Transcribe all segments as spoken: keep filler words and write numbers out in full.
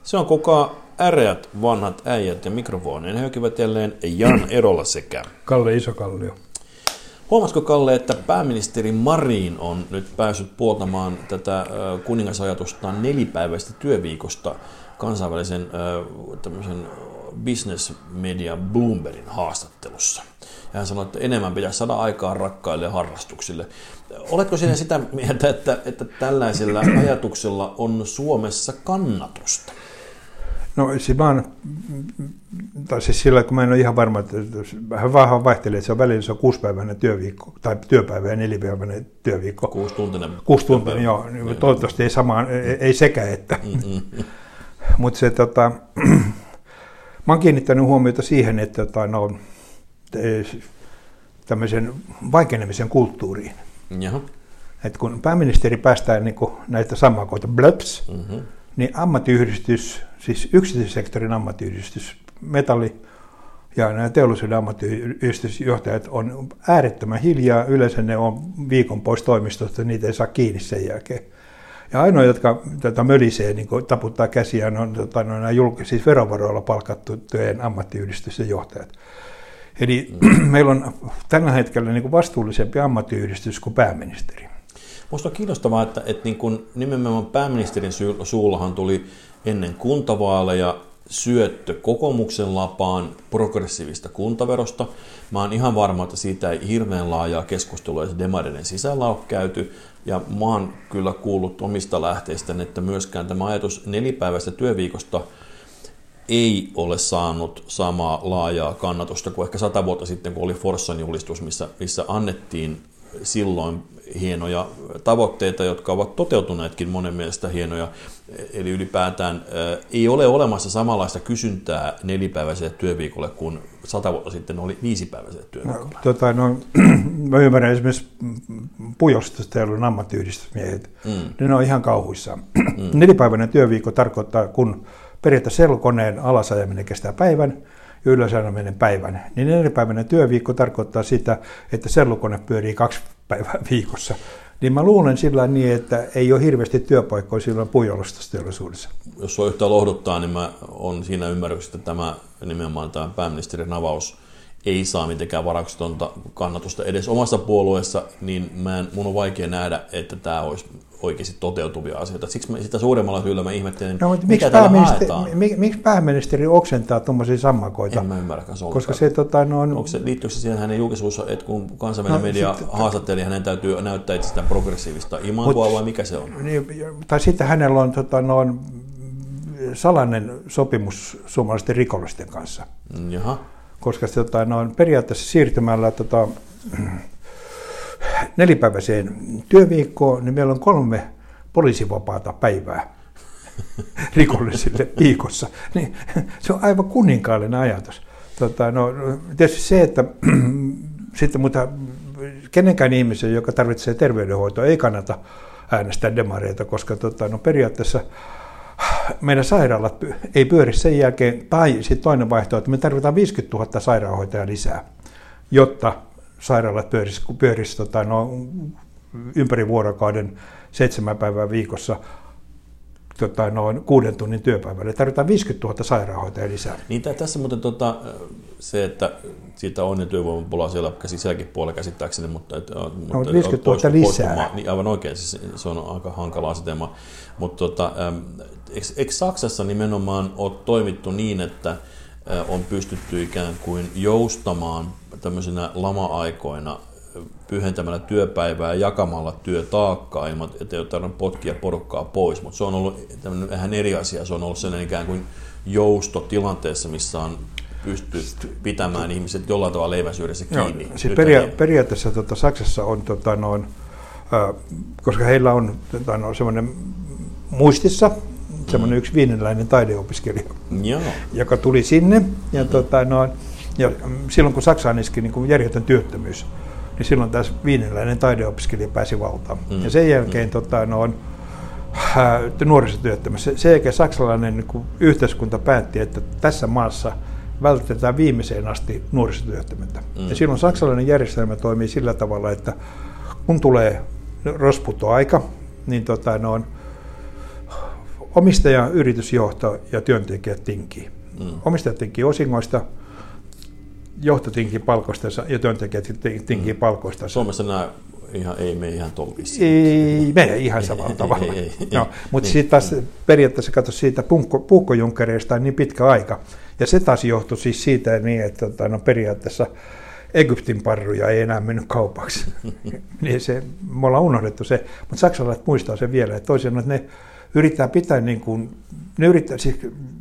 Se on kuka äreät vanhat äijät ja mikrofoneen höykivät jälleen Jan Erola sekä Kalle Isokallio. Huomasiko Kalle, että pääministeri Marin on nyt päässyt puoltamaan tätä kuningasajatusta nelipäiväistä työviikosta kansainvälisen tämmöisen business media Bloombergin haastattelussa? Ja hän sanoi, että enemmän pitäisi saada aikaa rakkaille harrastuksille. Oletko sinä sitä mieltä, että, että tällaisella ajatuksella on Suomessa kannatusta? No siis mä oon, tai siis sillä kun mä en ole ihan varma, että vähän vähän vaihtelee, että se on välillä se on kuusipäiväinen työviikko, tai työpäivä ja nelipäiväinen työviikko. Kuusituntinen. Kuusituntinen, joo. Niin, toivottavasti ei samaan, ei, ei sekä että. Mm-hmm. Mutta se tota, mä oon kiinnittänyt huomiota siihen, että tota, no, tämmöisen vaikenemisen kulttuuriin. Jaha. Että kun pääministeri päästää niin kuin näitä sammakoita blöps, mm-hmm. niin ammattiyhdistys, siis yksityissektorin ammattiyhdistys, metalli ja nämä teollisuuden ammattiyhdistysjohtajat on äärettömän hiljaa. Yleensä ne on viikon pois toimistosta, niitä ei saa kiinni sen jälkeen. Ja ainoa, jotka tätä mölisee, niin taputtaa käsiään, on tota, no, nämä julkis- siis verovaroilla palkattujen ammattiyhdistysten johtajat. Eli mm. meillä on tällä hetkellä niin kuin vastuullisempi ammattiyhdistys kuin pääministeri. Minusta on kiinnostavaa, että, että niin kuin nimenomaan pääministerin suullahan tuli ennen kuntavaaleja syöttö kokoomuksen lapaan progressiivista kuntaverosta. Mä oon ihan varma, että siitä ei hirveän laajaa keskustelua demareiden sisällä ole käyty. Ja mä oon kyllä kuullut omista lähteistä, että myöskään tämä ajatus nelipäiväistä työviikosta ei ole saanut samaa laajaa kannatusta kuin ehkä sata vuotta sitten, kun oli Forssan julistus, missä, missä annettiin silloin hienoja tavoitteita, jotka ovat toteutuneetkin monen mielestä hienoja. Eli ylipäätään ää, ei ole olemassa samanlaista kysyntää nelipäiväiselle työviikolle kuin sata vuotta sitten oli viisipäiväiselle työviikolle. No, tota, no, mä ymmärrän esimerkiksi Pujostosta, joilla on ammattiyhdistysmiehet. Mm. Ne on ihan kauhuissaan. Mm. Nelipäiväinen työviikko tarkoittaa, kun periaatteessa sellukoneen alasajaminen kestää päivän ja ylösajaminen päivän, niin nelipäiväinen työviikko tarkoittaa sitä, että sellukone pyörii kaksi päivää viikossa. Niin mä luulen sillä niin, että ei ole hirveästi työpaikkoja silloin puunjalostusteollisuudessa. Jos on yhtä lohduttaa, niin mä on siinä ymmärryksessä, että tämä nimenomaan tämä pääministerin avaus ei saa mitenkään varauksetonta kannatusta edes omassa puolueessa, niin mä en, mun on vaikea nähdä, että tämä olisi oikeasti toteutuvia asioita. Siksi mä, sitä suuremmalla syyllä mä ihmettelen, no, mitä miksi täällä haetaan. Mik, miksi pääministeri oksentaa tuommoisia sammakoita? En mä ymmärräkään se koska se, tota, no, on... se, liittyykö se siihen hänen julkisuudessa, että kun kansainvälinen no, media sit, haastatteli, hänen täytyy näyttää itsestään progressiivista imagoa vai mikä se on? Niin, tai sitten hänellä on, tota, no, on salainen sopimus suomalaisten rikollisten kanssa. Jaha. Koska tota, no, periaatteessa siirtymällä tota, nelipäiväiseen työviikkoon, niin meillä on kolme poliisivapaata päivää rikollisille viikossa. Niin, se on aivan kuninkaallinen ajatus. Tota, no, tietysti se, että sitten, mutta kenenkään ihmisen, joka tarvitsee terveydenhoitoa, ei kannata äänestää demareita, koska tota, no, periaatteessa meidän sairaalat ei pyöri sen jälkeen, tai sitten toinen vaihtoehto, että me tarvitaan viisikymmentätuhatta sairaanhoitajaa lisää, jotta sairaalat pyörisivät pyöris, tota, no, ympäri vuorokauden seitsemän päivää viikossa tota, noin kuuden tunnin työpäivällä. Tarvitaan viisikymmentätuhatta sairaanhoitajaa lisää. Niin, tässä muuten tota, se, että siitä on jo työvoimapulaa siellä sisälläkin puolella käsittääkseni, mutta, että, no, mutta viisikymmentätuhatta lisää. Niin, aivan oikein, siis se on aika hankala asetelma. Mutta tota, eikö, eikö Saksassa nimenomaan ole toimittu niin, että on pystytty ikään kuin joustamaan tämmöisenä lama-aikoina pyhentämällä työpäivää ja jakamalla työtaakkaa ilman, että ei ole tarvinnut potkia porukkaa pois, mutta se on ollut tämmöinen vähän eri asia, se on ollut sellainen ikään kuin jousto tilanteessa, missä on pysty pitämään ihmiset jollain tavalla leiväsyyhdessä kiinni. Joo, siis peria- periaatteessa tota, Saksassa on, tota, noin, äh, koska heillä on tota, no, semmoinen muistissa, semmoinen yksi viiniläinen taideopiskelija, Joo. joka tuli sinne. Ja, mm-hmm. tota, no, ja silloin kun Saksaan iski niin kuin järjetön työttömyys, niin silloin tässä viiniläinen taideopiskelija pääsi valtaan. Mm-hmm. Ja sen jälkeen mm-hmm. tota, no, äh, nuorisotyöttömyys. Sen, sen jälkeen saksalainen niin kuin yhteiskunta päätti, että tässä maassa vältetään viimeiseen asti nuorisotyöttömyyttä. Mm-hmm. Ja silloin saksalainen järjestelmä toimii sillä tavalla, että kun tulee rosputoaika, niin tota, no, omistaja, yritysjohto ja työntekijät tinkii. Mm. Omistajat tinkii osingoista, johto tinkii palkoista ja työntekijät tinkii mm. palkoista. Suomessa nämä ihan, ei mene ihan tolvissa. Ei mene ihan samalla tavalla. Ei, ei, ei, no, mutta niin, sitten taas mm. periaatteessa katso siitä puukkojunkkereista on niin pitkä aika. Ja se taas johtui siis siitä niin, että tota, no, periaatteessa Egyptin parruja ei enää mennyt kaupaksi. Niin se, me ollaan unohdettu se, mutta saksalaiset muistaa sen vielä, että toisin että ne yrittää pitää niin kuin, ne yrittää, siis,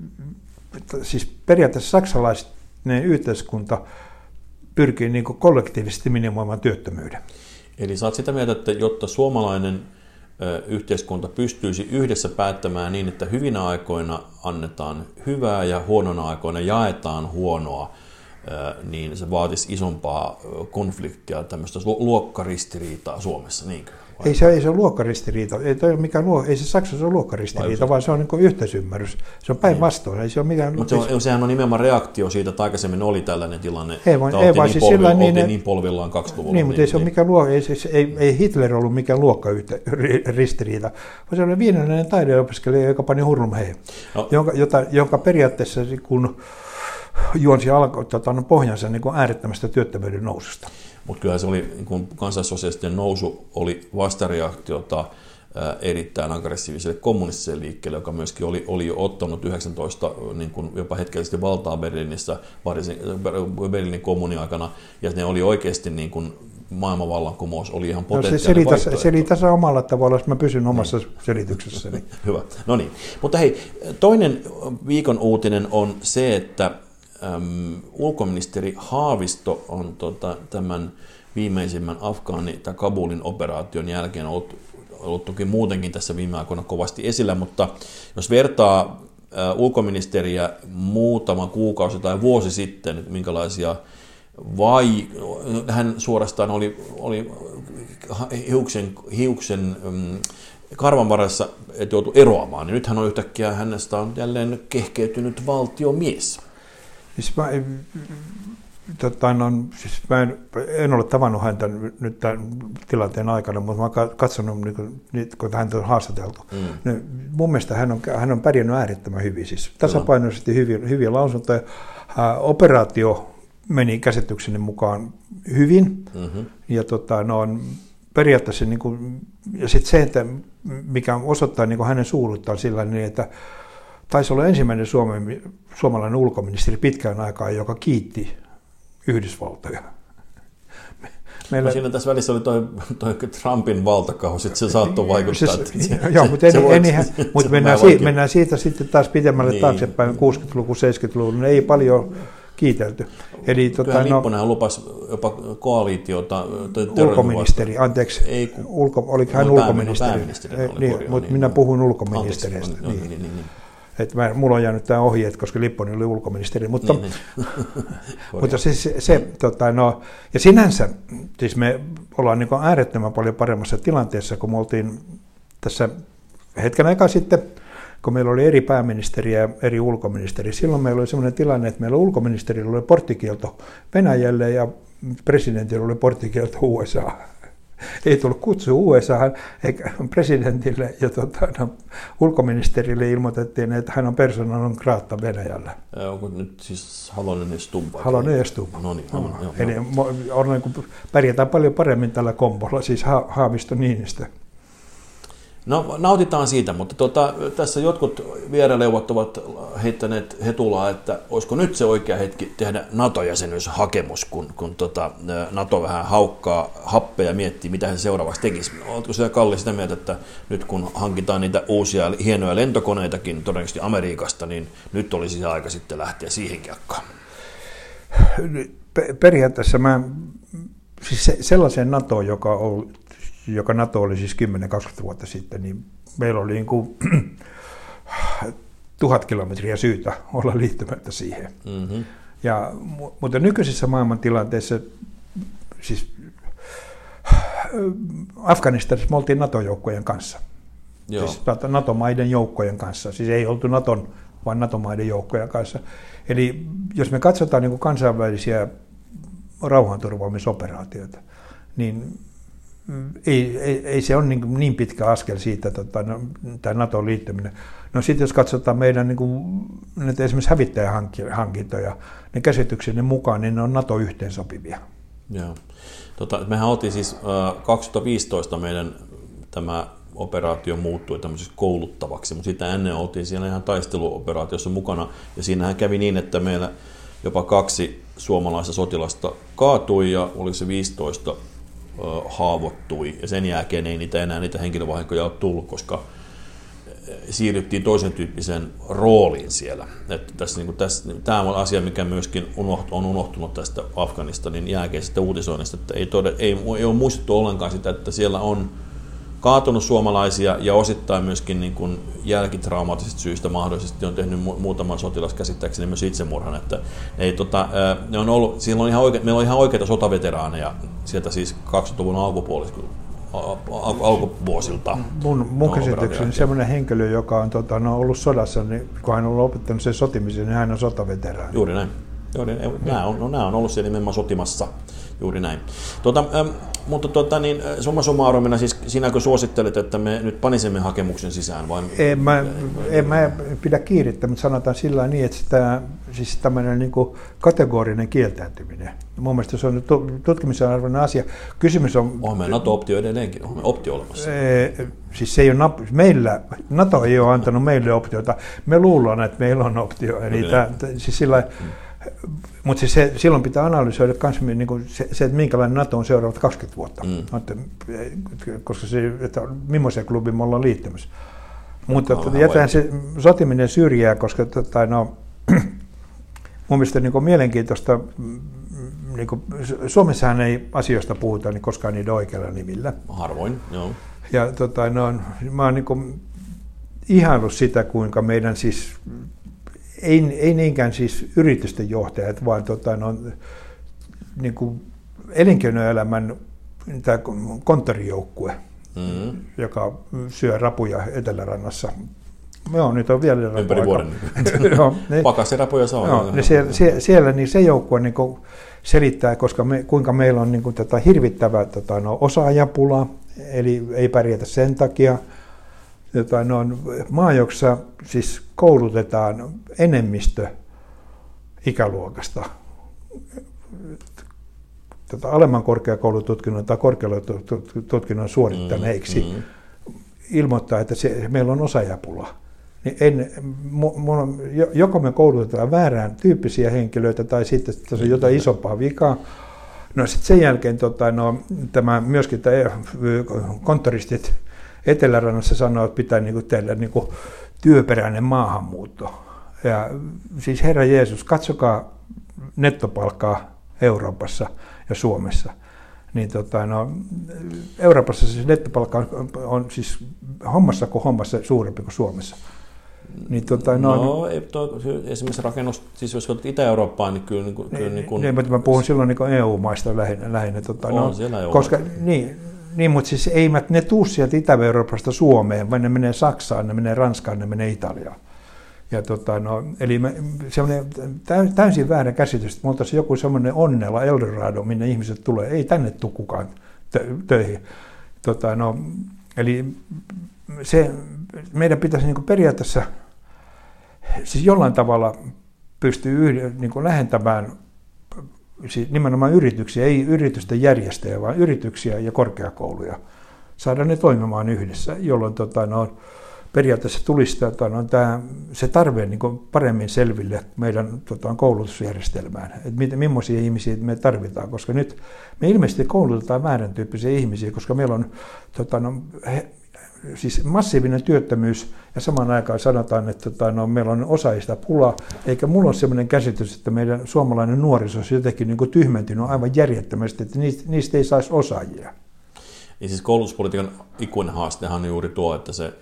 siis periaatteessa saksalainen yhteiskunta pyrkii niin kuin kollektiivisesti minimoimaan työttömyyden. Eli sä oot sitä mieltä, että jotta suomalainen ö, yhteiskunta pystyisi yhdessä päättämään niin, että hyvinä aikoina annetaan hyvää ja huonona aikoina jaetaan huonoa, niin se vaatisi isompaa konfliktia, tämmöistä luokkaristiriitaa Suomessa, niinkö? Ei se, ei se ole luokkaristiriita, ei, toi ole mikään luo, ei se Saksassa ole luokkaristiriita, vaan se on niin yhteisymmärrys. Se on päinvastoin, ei se ole mikään... Mutta se sehän on nimenomaan reaktio siitä, että aikaisemmin oli tällainen tilanne, ei, vaan, ei, vaan niin, siis polvi, niin, niin, niin polvillaan kaksituhattaluvulla. Niin, mutta niin, ei, se niin. mikään luo, ei, siis, ei, ei Hitler ollut mikään luokkaristiriita, vaan se oli viinalainen taideopiskelija, joka pani hurlumhei, no. jonka, jota, jonka periaatteessa kun juonsi alko, tota, no, pohjansa niin kuin äärettömästä työttömyyden noususta. Mutta kyllä se oli, niin kansallisosialistinen nousu oli vastareaktiota ää, erittäin aggressiiviselle kommunistiselle liikkeelle, joka myöskin oli, oli jo ottanut yhdeksäntoista niin kuin jopa hetkellisesti valtaa Berliinissä, Berliinin kommunin aikana, ja ne oli oikeasti niin kuin maailmanvallankumous, oli ihan potentiaalinen no, se selitä omalla tavalla, jos mä pysyn omassa niin. selityksessäni. Hyvä, no niin. Mutta hei, toinen viikon uutinen on se, että äm, ulkoministeri Haavisto on tota, tämän viimeisimmän Afgaani- tai Kabulin operaation jälkeen ollut, ollut toki muutenkin tässä viime aikoina kovasti esillä, mutta jos vertaa äh, ulkoministeriä muutama kuukausi tai vuosi sitten, minkälaisia vai hän suorastaan oli, oli hiuksen, hiuksen um, karvan varassa, että joutui eroamaan. Ja nyt hän on yhtäkkiä, hänestä on jälleen kehkeytynyt valtiomies. Siis mä, tota, no, siis mä en, en ole tavannut häntä nyt tämän tilanteen aikana, mutta mä oon katsonut, niin, kun häntä on haastateltu. Mm. Niin, mun mielestä hän on, hän on pärjännyt äärettömän hyvin. Siis tasapainoisesti hyviä, hyviä lausuntoja. Ää, operaatio meni käsitykseni mukaan hyvin, mm-hmm. ja tota, no, periaatteessa, niin kuin, ja sitten se, että mikä osoittaa niin kuin hänen suuruuttaan sillä niin, että taisi olla ensimmäinen Suomen, suomalainen ulkoministeri pitkään aikaan, joka kiitti Yhdysvaltoja. Meillä... No siinä tässä välissä oli toi, toi Trumpin valtakausi, että se saattoi vaikuttaa. Se, että se, joo, mutta, se, en, se en, mutta mennään, siitä, mennään siitä sitten taas pidemmälle niin, taaksepäin, kuusikymmentäluku, seitsemänkymmentäluvulla, ei paljon kiitelty. Eli, tota, Lipponen lupasi jopa koalitiota. Ulkoministeri, anteeksi, ei, kun, ulko, oliko hän ulkoministeri? Pääministeri ei, niin, korjaa, mutta niin, minä puhun ulkoministeristä. Anteeksi, niin. Niin, niin, niin. Että mä, mulla on jäänyt tämä ohi, että koska Lipponen oli ulkoministeri. Mutta, niin, niin. mutta se, se, se tota, no, ja sinänsä siis me ollaan niin kuin äärettömän paljon paremmassa tilanteessa, kun me oltiin tässä hetken aikaa sitten, kun meillä oli eri pääministeriä ja eri ulkoministeri. Silloin meillä oli sellainen tilanne, että meillä ulkoministerillä oli porttikielto Venäjälle ja presidentillä oli porttikielto U S A. Ei tullut kutsu U S A:han eikä presidentille, ja tuota, no, ulkoministerille ilmoitettiin, että hän on persona non grata Venäjällä. Ja onko nyt siis Halonen ja Stubb? Halonen ja Stubb. No niin, no, no. Eli on, niin kuin, pärjätään paljon paremmin tällä kombolla, siis ha- Haavisto Niinistö. No nautitaan siitä, mutta tuota, tässä jotkut viereleuvat ovat heittäneet hetulaa, että olisiko nyt se oikea hetki tehdä NATO-jäsenyyshakemus, kun, kun tota, NATO vähän haukkaa happea ja miettii, mitä se seuraavaksi tekisi. Oletko sinä, Kalli, sitä mieltä, että nyt kun hankitaan niitä uusia hienoja lentokoneitakin todennäköisesti Amerikasta, niin nyt olisi se aika sitten lähteä siihen kiekkaan? Periaatteessa mä, siis se, sellaiseen NATOon, joka on joka NATO oli siis kymmenen kaksikymmentä vuotta sitten, niin meillä oli niin kuin tuhat kilometriä syytä olla liittymättä siihen. Mm-hmm. Ja, mutta nykyisessä maailmantilanteessa, siis Afganistanissa me oltiin NATO-joukkojen kanssa. Joo. Siis NATO-maiden joukkojen kanssa. Siis ei oltu NATOn, vaan NATO-maiden joukkojen kanssa. Eli jos me katsotaan niin kuin kansainvälisiä rauhanturvaamisoperaatioita, niin ei, ei, ei se ole niin, niin pitkä askel siitä, tota, no, tämä NATOon liittyminen. No sitten jos katsotaan meidän niin kuin, esimerkiksi hävittäjähankintoja, ne käsityksenne mukaan, niin ne on NATO-yhteensopivia. Joo. Tota, mehän oltiin siis äh, kaksituhattaviisitoista meidän tämä operaatio muuttui tämmöiseksi kouluttavaksi, mutta sitä ennen oltiin siellä ihan taisteluoperaatiossa mukana, ja siinähän kävi niin, että meillä jopa kaksi suomalaista sotilasta kaatui, ja oliko se viisitoista äh, haavoittui, ja sen jälkeen ei niitä enää niitä henkilövahinkoja ole tullut, koska siirryttiin toisen tyyppiseen rooliin siellä. Että tässä, niin kuin tässä, tämä on asia, mikä myöskin on unohtunut tästä Afganistanin jälkeisestä uutisoinnista, että ei, todella, ei, ei ole muistettu ollenkaan sitä, että siellä on kaatunut suomalaisia ja osittain myöskin niin kuin jälkitraumaattisista syistä mahdollisesti on tehnyt mu- muutaman sotilaskäsittääkseni myös itsemurhan. Että ei, tota, ne on ollut, siellä on ihan oike, meillä on ihan oikeita sotaveteraaneja sieltä siis kaksikymmentäluvun alkupuolista, alkuvuosilta. Mun, mun käsitykseni semmoinen henkilö, joka on tota, no, ollut sodassa, niin kun hän on ollut opettanut sen sotimisen, niin hän on sotaveteraani. Juuri näin. Juuri, nämä, on, no, nämä on ollut siellä nimenomaan sotimassa. Juuri näin. Tuota, ähm, mutta tuota, niin, summa summarumina, siis sinäkö suosittelet, että me nyt panisimme hakemuksen sisään? Vai? En, mä, en mä pidä kiirettä, mutta sanotaan sillä niin, että sitä, siis tämmöinen niin kuin kategorinen kieltäytyminen. Mun mielestä se on tutkimisen arvoinen asia. Kysymys on... Onhan meillä NATO-optio edelleenkin, onhan meillä optio olemassa. E, siis se ei ole, meillä, NATO ei ole antanut meille optiota. Me luullaan, että meillä on optio. Eli tämä, siis sillä hmm. Mutta siis se, silloin pitää analysoida myös niin se, se, että minkälainen NATO on seuraavat kaksikymmentä vuotta, mm. että, koska se, että millaiseen klubiin me ollaan liittymässä. Mutta no, jätän se sotiminen syrjää, koska tota, no, mun mielestä niin kuin mielenkiintoista, niin kuin, Suomessahan ei asioista puhuta niin koskaan niiden oikealla nimillä. Harvoin, joo. Ja tota, no, mä oon niin kuin ihaillut sitä, kuinka meidän siis... Ei, ei niinkään siis yritysten johtajat, vaan tota, no, niin kuin elinkeinoelämän tämä konttorijoukkue, mm-hmm. joka syö rapuja Etelärannassa. Joo, nyt on vielä rapuja. Ympäri vuoden. Pakasirapuja saa. No, niin siellä, siellä, siellä niin se joukkue niin kuin selittää, koska me, kuinka meillä on niin kuin tätä hirvittävää tota, no, osaajapulaa, eli ei pärjätä sen takia. Jotain on maa, jossa siis koulutetaan enemmistö ikäluokasta tota, alemman korkeakoulututkinnon tai korkeakoulututkinnon suorittaneiksi mm, mm. ilmoittaa, että se, meillä on osaajapula. Niin en, mu, mu, joko me koulutetaan väärään tyyppisiä henkilöitä tai sitten se on jotain isompaa vikaa. No sitten sen jälkeen tota, no, tämä, myöskin tämä konttoristit Etelärannassa sanoo, että pitää niin kuin tehdä niin kuin työperäinen maahanmuutto. Ja siis Herra Jeesus, katsokaa nettopalkkaa Euroopassa ja Suomessa. Niin tota, no, Euroopassa siis nettopalkka on, on siis hommassa kuin hommassa suurempi kuin Suomessa. Niin, tota, no, no ei, to, esimerkiksi rakennus, siis jos olet Itä-Eurooppaan, niin kyllä... Niin, kyllä niin, niin kuin... niin, mutta mä puhun silloin niin E U-maista lähinnä. lähinnä tota, on no, siellä E U. Koska, niin, Niin, mutta siis eivät ne tuu sieltä Itä-Euroopasta Suomeen, vaan ne menee Saksaan, ne menee Ranskaan, ne menee Italiaan. Ja tota, no, eli me, semmoinen täysin väärä käsitys, että me oltaisiin joku semmoinen onnella Eldorado, minne ihmiset tulee. Ei tänne tule kukaan töihin. Tota, no, eli se, meidän pitäisi niin kuin periaatteessa siis jollain tavalla pystyä yhden, niin kuin lähentämään siis nimenomaan yrityksiä, ei yritysten järjestäjä, vaan yrityksiä ja korkeakouluja. Saada ne toimimaan yhdessä, jolloin tota, no, periaatteessa tulisi tota, no, tämä, se tarve niin kuin paremmin selville meidän tota, koulutusjärjestelmään, että millaisia ihmisiä me tarvitaan, koska nyt me ilmeisesti koulutetaan väärän tyyppisiä ihmisiä, koska meillä on tota, no, he, siis massiivinen työttömyys ja samaan aikaan sanotaan, että tota, no, meillä on osaajista pulaa, eikä mulla ole sellainen käsitys, että meidän suomalainen nuoriso olisi jotenkin niin kuin tyhmentynyt aivan järjettömästi, että niistä, niistä ei saisi osaajia. Niin siis koulutuspolitiikan ikuinen haastehan on juuri tuo, että se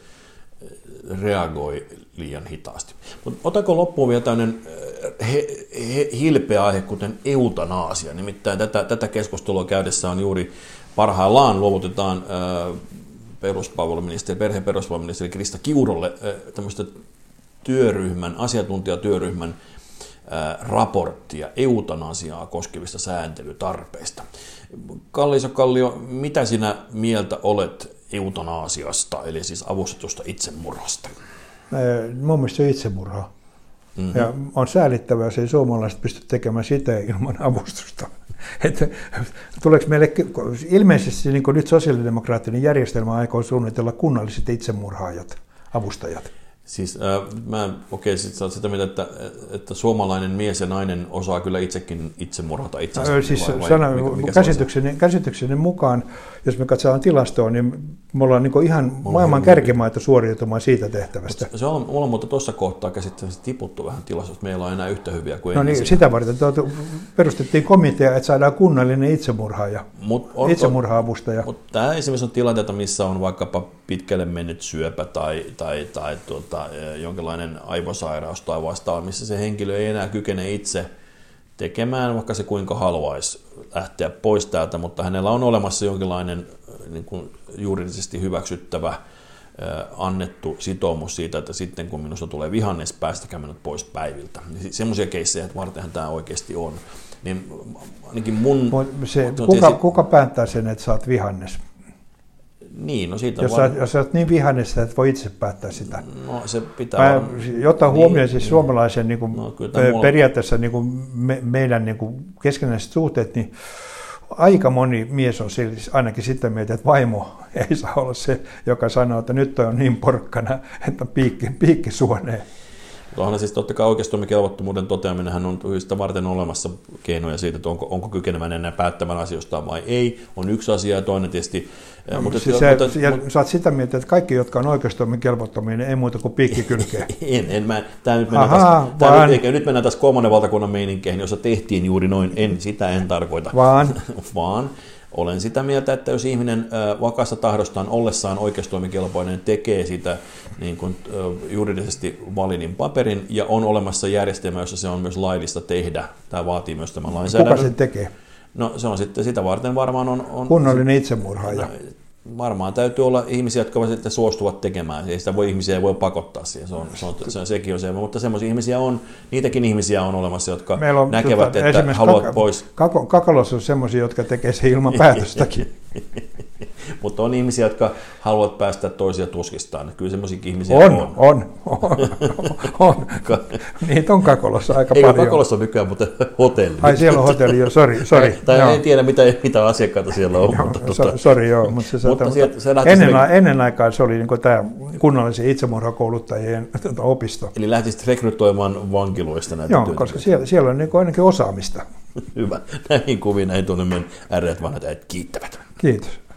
reagoi liian hitaasti. Mutta otako loppuun vielä tämmöinen he, he, hilpeä aihe, kuten eutanaasia. Nimittäin tätä, tätä keskustelua käydessä on juuri parhaillaan luovutetaan äh, peruspalveluministeri, perhe- ja peruspalveluministeri Krista Kiurulle tämmöistä työryhmän, asiantuntijatyöryhmän ää, raporttia eutanasiaa koskevista sääntelytarpeista. Kalli-Iso Kallio, mitä sinä mieltä olet eutanaasiasta, eli siis avustetusta itsemurhasta? Mun mielestä se on itsemurha. Mm-hmm. Ja on säälittävää, jos ei suomalaiset pysty tekemään sitä ilman avustusta. Että, tuleeko meille, ilmeisesti niin kuin nyt sosiaalidemokraattinen järjestelmä aikoo suunnitella kunnalliset itsemurhaajat, avustajat. Siis äh, mä, okei, sit sä oot sitä mieltä, että, että suomalainen mies ja nainen osaa kyllä itsekin itsemurhata itsensä. Äh, siis vai, sana, mikä, mikä käsitykseni, käsitykseni mukaan, jos me katsotaan tilastoa, niin me ollaan niin ihan Mulla maailman kärkimaita suoriutumaan siitä tehtävästä. Mut se on, mulla on mutta tuossa kohtaa käsittääkseni tiputtu vähän tilastosta, meillä on enää yhtä hyviä kuin no ennen. Niin, sitä varten perustettiin komitea, että saadaan kunnallinen itsemurhaaja, Mut on, itsemurha-avustaja. Mutta tämä esimerkiksi on tilanteita, missä on vaikkapa pitkälle mennyt syöpä tai, tai, tai tuota, jonkinlainen aivosairaus tai vastaava, missä se henkilö ei enää kykene itse tekemään, vaikka se kuinka haluaisi lähteä pois täältä, mutta hänellä on olemassa jonkinlainen niin kuin juridisesti hyväksyttävä annettu sitoumus siitä, että sitten kun minusta tulee vihannes, päästäkää minut pois päiviltä. Semmoisia keissejä, että vartenhan tämä oikeasti on. Niin ainakin mun... Se, kuka, esi- kuka päättää sen, että sä oot vihannes? Niin, no siitä jos, var... sä, jos sä oot niin vihannessa, että voi itse päättää sitä. No se pitää... Mä, jotta huomioon niin, siis suomalaisen niin kuin, no, periaatteessa niin kuin me, meidän niin kuin keskenäiset suhteet, niin aika moni mies on siis ainakin sitä mieltä, että vaimo ei saa olla se, joka sanoo, että nyt on niin porkkana, että piikki, piikki suoneen. Onhan siis totta kai oikeustoimikelvottomuuden toteaminenhan on sitä varten olemassa keinoja siitä, että onko, onko kykenevän enää päättämään asioista vai ei, on yksi asia ja toinen tietysti. No, mutta, siis se, mutta, ja mutta, sä oot sitä mieltä, että kaikki, jotka on oikeustoimikelvottomia, niin ei muuta kuin piikki kylkeen. en, en mä, tää nyt mennään Aha, taas, vaan, nyt, nyt mennään taas kolmannen valtakunnan meininkeihin, jossa tehtiin juuri noin, en, sitä en tarkoita. Vaan? vaan olen sitä mieltä, että jos ihminen vakaassa tahdostaan ollessaan oikeustoimikelpoinen tekee sitä niin kuin, juridisesti validin paperin ja on olemassa järjestelmä, jossa se on myös laillista tehdä, tämä vaatii myös tämän lainsäädännön. Kuka sen tekee? No se on sitten sitä varten varmaan on... on kunnollinen itsemurhaaja. Varmaan täytyy olla ihmisiä, jotka sitten suostuvat tekemään. Ei sitä voi, ihmisiä ei voi pakottaa siihen, se on, se on, se on, sekin on se. Mutta semmoisia ihmisiä on, niitäkin ihmisiä on olemassa, jotka on, näkevät, tota, että haluat kaka, pois. Kakalossa on semmoisia, jotka tekee se ilman päätöstäkin. Mutta on ihmisiä, jotka haluavat päästä toisia tuskistaan. Kyllä semmoisiakin ihmisiä on. On, on, on, on. Niitä on Kakolossa aika Eikö paljon. Ei Kakolossa nykyään, mutta hotelli. Ai siellä on hotelli, joo, sori. sori. Tai en tiedä, mitä, mitä asiakkaita siellä on. Joo, mutta, so, tota, sori, joo. Mutta se, mutta sieltä, se ennen, se... ennen aikaa se oli niin tämä kunnallisen itsemurhakouluttajien opisto. Eli lähtisit rekrytoimaan vankiloista näitä joo, työntekijöitä. Koska siellä, siellä on niin ainakin osaamista. Hyvä. Näihin kuviin näihin tuonne meidän ääreät vanhat äijät kiittävät. Kiitos.